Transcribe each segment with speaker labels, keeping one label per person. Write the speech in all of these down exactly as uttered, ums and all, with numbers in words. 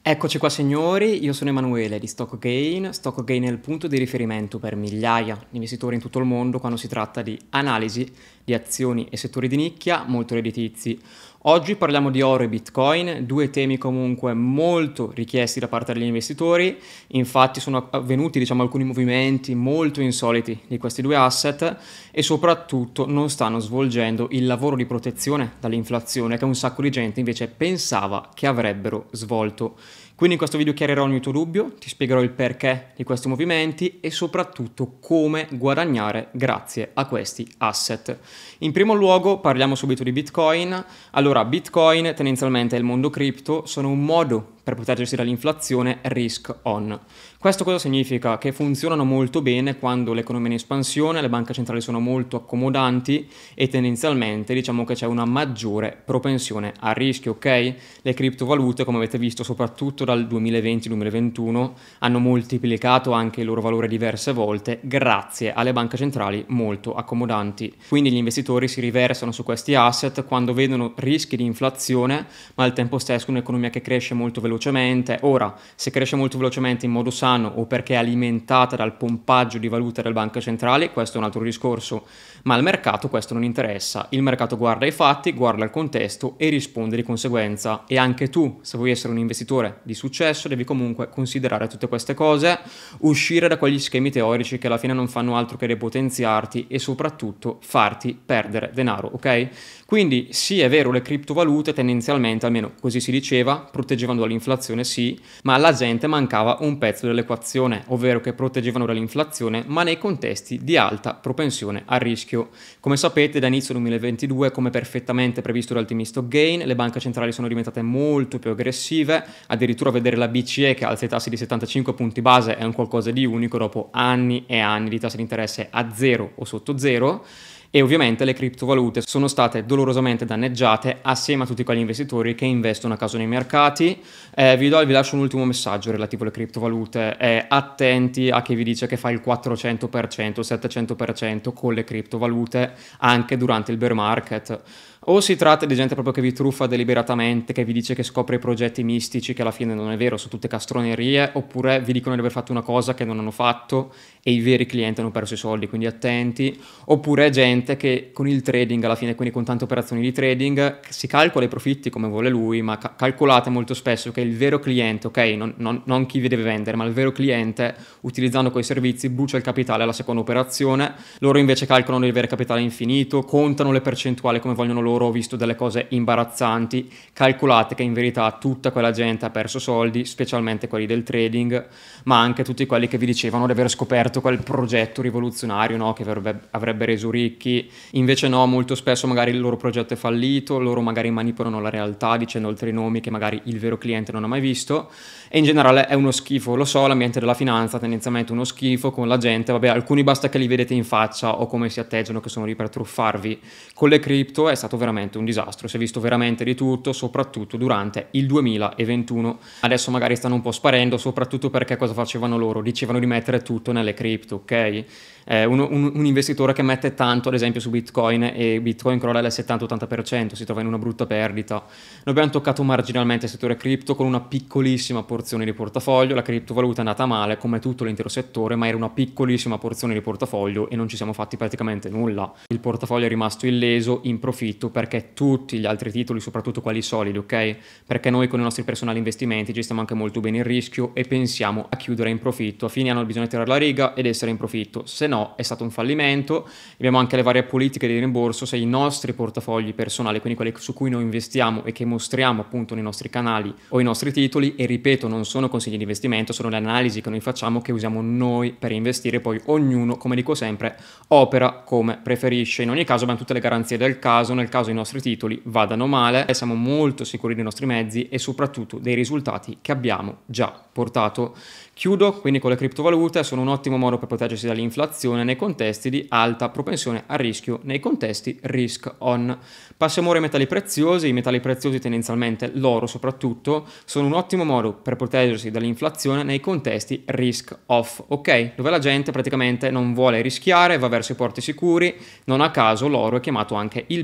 Speaker 1: Eccoci qua signori, io sono Emanuele di StockGain. StockGain è il punto di riferimento per migliaia di investitori in tutto il mondo quando si tratta di analisi di azioni e settori di nicchia molto redditizi. Oggi parliamo di oro e Bitcoin, due temi comunque molto richiesti da parte degli investitori. Infatti sono avvenuti, diciamo, alcuni movimenti molto insoliti di questi due asset e soprattutto non stanno svolgendo il lavoro di protezione dall'inflazione che un sacco di gente invece pensava che avrebbero svolto. Quindi in questo video chiarirò ogni tuo dubbio, ti spiegherò il perché di questi movimenti e soprattutto come guadagnare grazie a questi asset. In primo luogo parliamo subito di Bitcoin. Allora, Bitcoin tendenzialmente è il mondo cripto, sono un modo per proteggersi dall'inflazione risk on. Questo cosa significa? Che funzionano molto bene quando l'economia è in espansione, le banche centrali sono molto accomodanti e tendenzialmente diciamo che c'è una maggiore propensione a rischio, ok? Le criptovalute, come avete visto soprattutto dal duemilaventi duemilaventuno, hanno moltiplicato anche il loro valore diverse volte grazie alle banche centrali molto accomodanti. Quindi gli investitori si riversano su questi asset quando vedono rischi di inflazione, ma al tempo stesso un'economia che cresce molto velocemente. Ora, se cresce molto velocemente in modo sano o perché è alimentata dal pompaggio di valuta delle banche centrali, questo è un altro discorso, ma al mercato questo non interessa. Il mercato guarda i fatti, guarda il contesto e risponde di conseguenza. E anche tu, se vuoi essere un investitore di successo, devi comunque considerare tutte queste cose, uscire da quegli schemi teorici che alla fine non fanno altro che depotenziarti e soprattutto farti perdere denaro, ok? Quindi sì, è vero, le criptovalute tendenzialmente, almeno così si diceva, proteggevano dall'inflazione, sì, ma alla gente mancava un pezzo dell'equazione, ovvero che proteggevano dall'inflazione, ma nei contesti di alta propensione a rischio. Come sapete, da inizio duemilaventidue, come perfettamente previsto dal team StockGain, le banche centrali sono diventate molto più aggressive, addirittura vedere la B C E che alza i tassi di settantacinque punti base è un qualcosa di unico dopo anni e anni di tassi di interesse a zero o sotto zero. E ovviamente le criptovalute sono state dolorosamente danneggiate assieme a tutti quegli investitori che investono a caso nei mercati. Eh, vi, do, vi lascio un ultimo messaggio relativo alle criptovalute. Eh, attenti a chi vi dice che fa il quattrocento per cento, il settecento per cento con le criptovalute anche durante il bear market. O si tratta di gente proprio che vi truffa deliberatamente, che vi dice che scopre progetti mistici che alla fine non è vero, sono tutte castronerie, oppure vi dicono di aver fatto una cosa che non hanno fatto e i veri clienti hanno perso i soldi, quindi attenti. Oppure gente che con il trading alla fine, quindi con tante operazioni di trading, si calcola i profitti come vuole lui, ma ca- calcolate molto spesso che il vero cliente, ok, non, non, non chi vi deve vendere, ma il vero cliente, utilizzando quei servizi, brucia il capitale alla seconda operazione. Loro invece calcolano di avere capitale infinito, contano le percentuali come vogliono loro. Ho visto delle cose imbarazzanti. Calcolate che in verità tutta quella gente ha perso soldi, specialmente quelli del trading, ma anche tutti quelli che vi dicevano di aver scoperto quel progetto rivoluzionario, no? Che avrebbe, avrebbe reso ricchi. Invece no, molto spesso magari il loro progetto è fallito, loro magari manipolano la realtà dicendo altri nomi che magari il vero cliente non ha mai visto, e in generale è uno schifo. Lo so, l'ambiente della finanza è tendenzialmente uno schifo con la gente, vabbè, alcuni basta che li vedete in faccia o come si atteggiano che sono lì per truffarvi. Con le cripto è stato veramente un disastro, si è visto veramente di tutto, soprattutto durante il duemilaventuno. Adesso magari stanno un po' sparendo, soprattutto perché cosa facevano loro? Dicevano di mettere tutto nelle cripto, ok? Eh, un, un, un investitore che mette tanto ad esempio su Bitcoin e Bitcoin crolla del settanta ottanta per cento, si trova in una brutta perdita. Noi abbiamo toccato marginalmente il settore cripto con una piccolissima porzione di portafoglio, la criptovaluta è andata male come tutto l'intero settore, ma era una piccolissima porzione di portafoglio e non ci siamo fatti praticamente nulla. Il portafoglio è rimasto illeso, in profitto, perché tutti gli altri titoli, soprattutto quelli solidi, ok? Perché noi con i nostri personali investimenti gestiamo anche molto bene il rischio e pensiamo a chiudere in profitto. A fine anno bisogna tirare la riga ed essere in profitto, se no è stato un fallimento. Abbiamo anche le varie politiche di rimborso. Se i nostri portafogli personali, quindi quelli su cui noi investiamo e che mostriamo appunto nei nostri canali o i nostri titoli, e ripeto non sono consigli di investimento, sono le analisi che noi facciamo, che usiamo noi per investire, poi ognuno, come dico sempre, opera come preferisce. In ogni caso abbiamo tutte le garanzie del caso, nel caso i nostri titoli vadano male, siamo molto sicuri dei nostri mezzi e soprattutto dei risultati che abbiamo già portato. Chiudo quindi con le criptovalute, sono un ottimo modo per proteggersi dall'inflazione nei contesti di alta propensione a rischio, nei contesti risk on. Passiamo ora ai metalli preziosi. I metalli preziosi, tendenzialmente l'oro soprattutto, sono un ottimo modo per proteggersi dall'inflazione nei contesti risk off, ok? Dove la gente praticamente non vuole rischiare, va verso i porti sicuri. Non a caso l'oro è chiamato anche il bene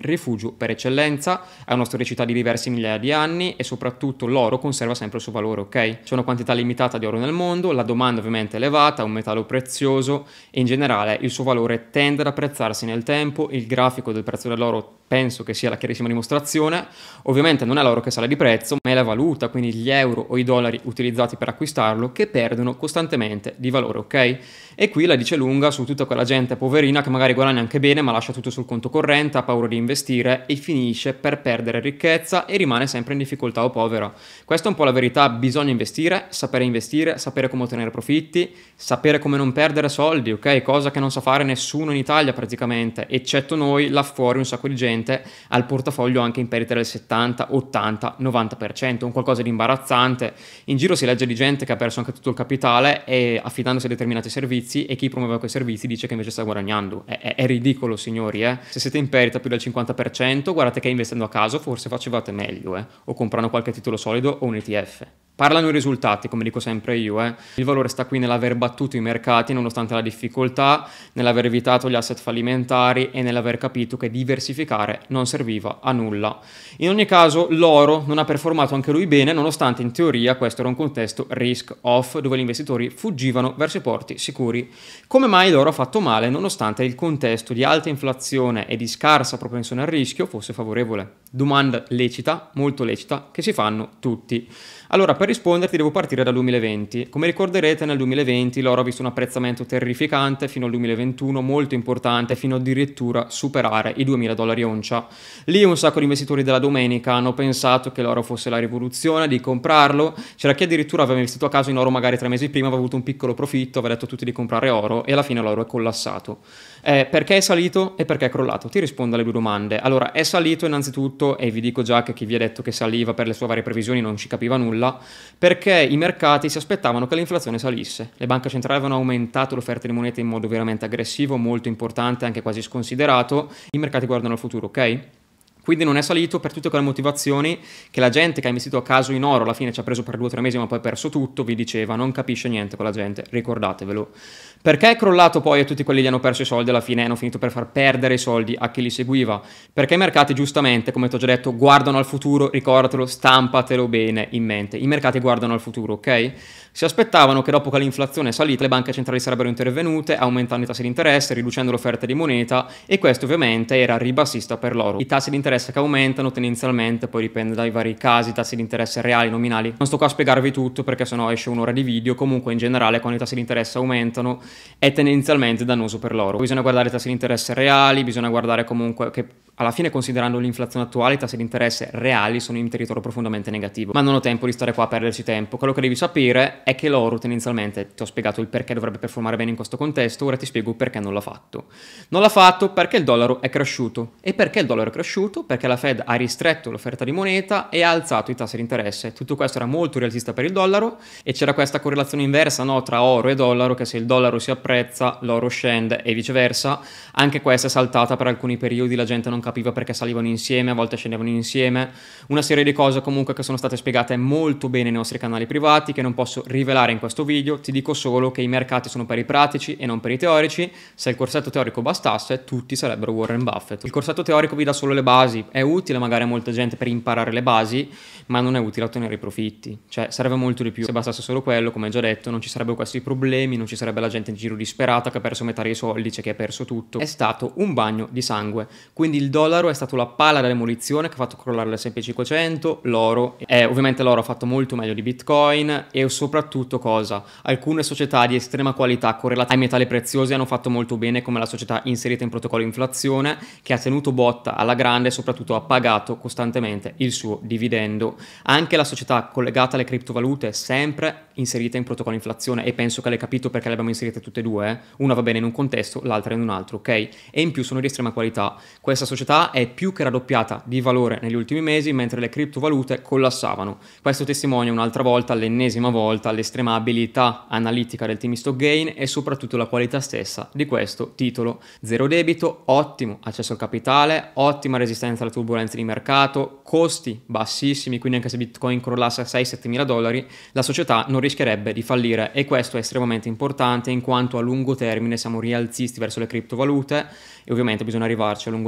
Speaker 1: rifugio per eccellenza, ha una storicità di diversi migliaia di anni e soprattutto l'oro conserva sempre il suo valore, ok? C'è una quantità limitata di oro nel mondo, la domanda ovviamente è elevata, è un metallo prezioso e in generale il suo valore tende ad apprezzarsi nel tempo. Il grafico del prezzo dell'oro penso che sia la chiarissima dimostrazione. Ovviamente non è l'oro che sale di prezzo, ma è la valuta, quindi gli euro o i dollari utilizzati per acquistarlo, che perdono costantemente di valore, ok? E qui la dice lunga su tutta quella gente poverina che magari guadagna anche bene, ma lascia tutto sul conto corrente, ha paura di investire e finisce per perdere ricchezza e rimane sempre in difficoltà o povera. Questa è un po' la verità: bisogna investire, sapere investire, sapere come ottenere profitti, sapere come non perdere soldi, ok? Cosa che non sa fare nessuno in Italia praticamente, eccetto noi. Là fuori un sacco di gente ha il portafoglio anche in perdita del settanta, ottanta, novanta per cento, un qualcosa di imbarazzante. In giro si legge di gente che ha perso anche tutto il capitale e affidandosi a determinati servizi, e chi promuoveva quei servizi dice che invece sta guadagnando. È, è, è ridicolo, signori, eh? Se siete in perdita più del cinquanta per cento, guardate che investendo a caso forse facevate meglio, eh? O comprando qualche titolo solido o un E T F. Parlano i risultati, come dico sempre io, eh. Il valore sta qui nell'aver battuto i mercati nonostante la difficoltà, nell'aver evitato gli asset fallimentari e nell'aver capito che diversificare non serviva a nulla. In ogni caso l'oro non ha performato anche lui bene, nonostante in teoria questo era un contesto risk off dove gli investitori fuggivano verso i porti sicuri. Come mai l'oro ha fatto male nonostante il contesto di alta inflazione e di scarsa propensione al rischio fosse favorevole? Domanda lecita, molto lecita, che si fanno tutti. Allora, per risponderti devo partire dal duemilaventi. Come ricorderete, nel duemilaventi l'oro ha visto un apprezzamento terrificante fino al duemilaventuno, molto importante, fino addirittura superare i duemila dollari oncia. Lì un sacco di investitori della domenica hanno pensato che l'oro fosse la rivoluzione, di comprarlo. C'era chi addirittura aveva investito a caso in oro magari tre mesi prima, aveva avuto un piccolo profitto, aveva detto a tutti di comprare oro e alla fine l'oro è collassato. Eh, perché è salito e perché è crollato? Ti rispondo alle due domande. Allora, è salito innanzitutto, e vi dico già che chi vi ha detto che saliva per le sue varie previsioni non ci capiva nulla, perché i mercati si aspettavano che l'inflazione salisse. Le banche centrali avevano aumentato l'offerta di monete in modo veramente aggressivo, molto importante, anche quasi sconsiderato. I mercati guardano al futuro, ok? Quindi non è salito per tutte quelle motivazioni che la gente che ha investito a caso in oro alla fine ci ha preso per due o tre mesi ma poi ha perso tutto, vi diceva, non capisce niente quella gente, ricordatevelo. Perché è crollato poi e tutti quelli gli hanno perso i soldi alla fine, hanno finito per far perdere i soldi a chi li seguiva? Perché i mercati giustamente, come ti ho già detto, guardano al futuro, ricordatelo, stampatelo bene in mente, i mercati guardano al futuro, ok? Si aspettavano che dopo che l'inflazione è salita le banche centrali sarebbero intervenute aumentando i tassi di interesse, riducendo l'offerta di moneta, e questo ovviamente era ribassista per l'oro. I tassi di interesse che aumentano tendenzialmente, poi dipende dai vari casi, tassi di interesse reali, nominali. Non sto qua a spiegarvi tutto perché sennò esce un'ora di video. Comunque in generale quando i tassi di interesse aumentano è tendenzialmente dannoso per l'oro. Bisogna guardare i tassi di interesse reali, bisogna guardare comunque che alla fine, considerando l'inflazione attuale, i tassi di interesse reali sono in territorio profondamente negativo. Ma non ho tempo di stare qua a perderci tempo. Quello che devi sapere è che l'oro tendenzialmente, ti ho spiegato il perché dovrebbe performare bene in questo contesto, ora ti spiego perché non l'ha fatto. Non l'ha fatto perché il dollaro è cresciuto. E perché il dollaro è cresciuto? Perché la Fed ha ristretto l'offerta di moneta e ha alzato i tassi di interesse. Tutto questo era molto realista per il dollaro e c'era questa correlazione inversa, no, tra oro e dollaro, che se il dollaro si apprezza l'oro scende e viceversa. Anche questa è saltata per alcuni periodi, la gente non capiva perché salivano insieme, a volte scendevano insieme. Una serie di cose comunque che sono state spiegate molto bene nei nostri canali privati che non posso rivelare in questo video. Ti dico solo che i mercati sono per i pratici e non per i teorici. Se il corsetto teorico bastasse tutti sarebbero Warren Buffett. Il corsetto teorico vi dà solo le basi, è utile magari a molta gente per imparare le basi, ma non è utile a ottenere i profitti. Cioè serve molto di più. Se bastasse solo quello, come già detto, non ci sarebbero questi problemi, non ci sarebbe la gente in giro disperata che ha perso metà dei soldi, c'è chi ha perso tutto. È stato un bagno di sangue. Quindi il dollaro è stato la palla da demolizione che ha fatto crollare l'esse and pi cinquecento, l'oro. Eh, ovviamente l'oro ha fatto molto meglio di Bitcoin e soprattutto cosa? Alcune società di estrema qualità correlate ai metalli preziosi hanno fatto molto bene, come la società inserita in protocollo inflazione che ha tenuto botta alla grande e soprattutto ha pagato costantemente il suo dividendo. Anche la società collegata alle criptovalute sempre inserita in protocollo inflazione, e penso che l'hai capito perché le abbiamo inserite tutte e due, eh? Una va bene in un contesto, l'altra in un altro, ok? E in più sono di estrema qualità. Questa società è più che raddoppiata di valore negli ultimi mesi mentre le criptovalute collassavano. Questo testimonia un'altra volta, l'ennesima volta, l'estrema abilità analitica del team Stockgain e soprattutto la qualità stessa di questo titolo. Zero debito, ottimo accesso al capitale, ottima resistenza alle turbulenze di mercato, costi bassissimi, quindi anche se Bitcoin crollasse a sei sette mila dollari la società non rischierebbe di fallire, e questo è estremamente importante in quanto a lungo termine siamo rialzisti verso le criptovalute e ovviamente bisogna arrivarci a lungo termine.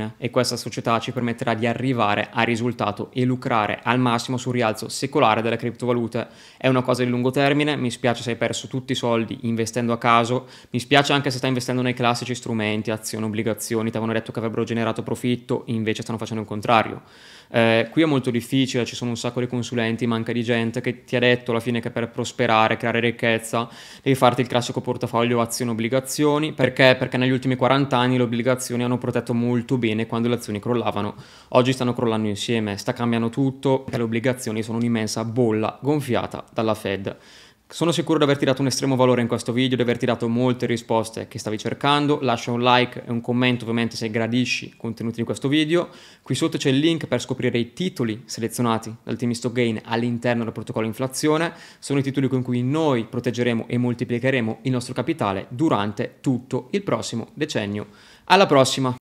Speaker 1: blockchain e questa società ci permetterà di arrivare al risultato e lucrare al massimo sul rialzo secolare delle criptovalute. È una cosa di lungo termine, mi spiace se hai perso tutti i soldi investendo a caso, mi spiace anche se stai investendo nei classici strumenti, azioni, obbligazioni, ti avevano detto che avrebbero generato profitto, invece stanno facendo il contrario. Eh, qui è molto difficile, ci sono un sacco di consulenti, manca di gente che ti ha detto alla fine che per prosperare, creare ricchezza, devi farti il classico portafoglio azioni obbligazioni. Perché? Perché negli ultimi quaranta anni le obbligazioni hanno protetto molto bene quando le azioni crollavano. Oggi stanno crollando insieme, sta cambiando tutto, perché le obbligazioni sono un'immensa bolla gonfiata dalla Fed. Sono sicuro di averti dato un estremo valore in questo video, di averti dato molte risposte che stavi cercando. Lascia un like e un commento ovviamente se gradisci i contenuti di questo video. Qui sotto c'è il link per scoprire i titoli selezionati dal team Stockgain all'interno del protocollo inflazione. Sono i titoli con cui noi proteggeremo e moltiplicheremo il nostro capitale durante tutto il prossimo decennio. Alla prossima!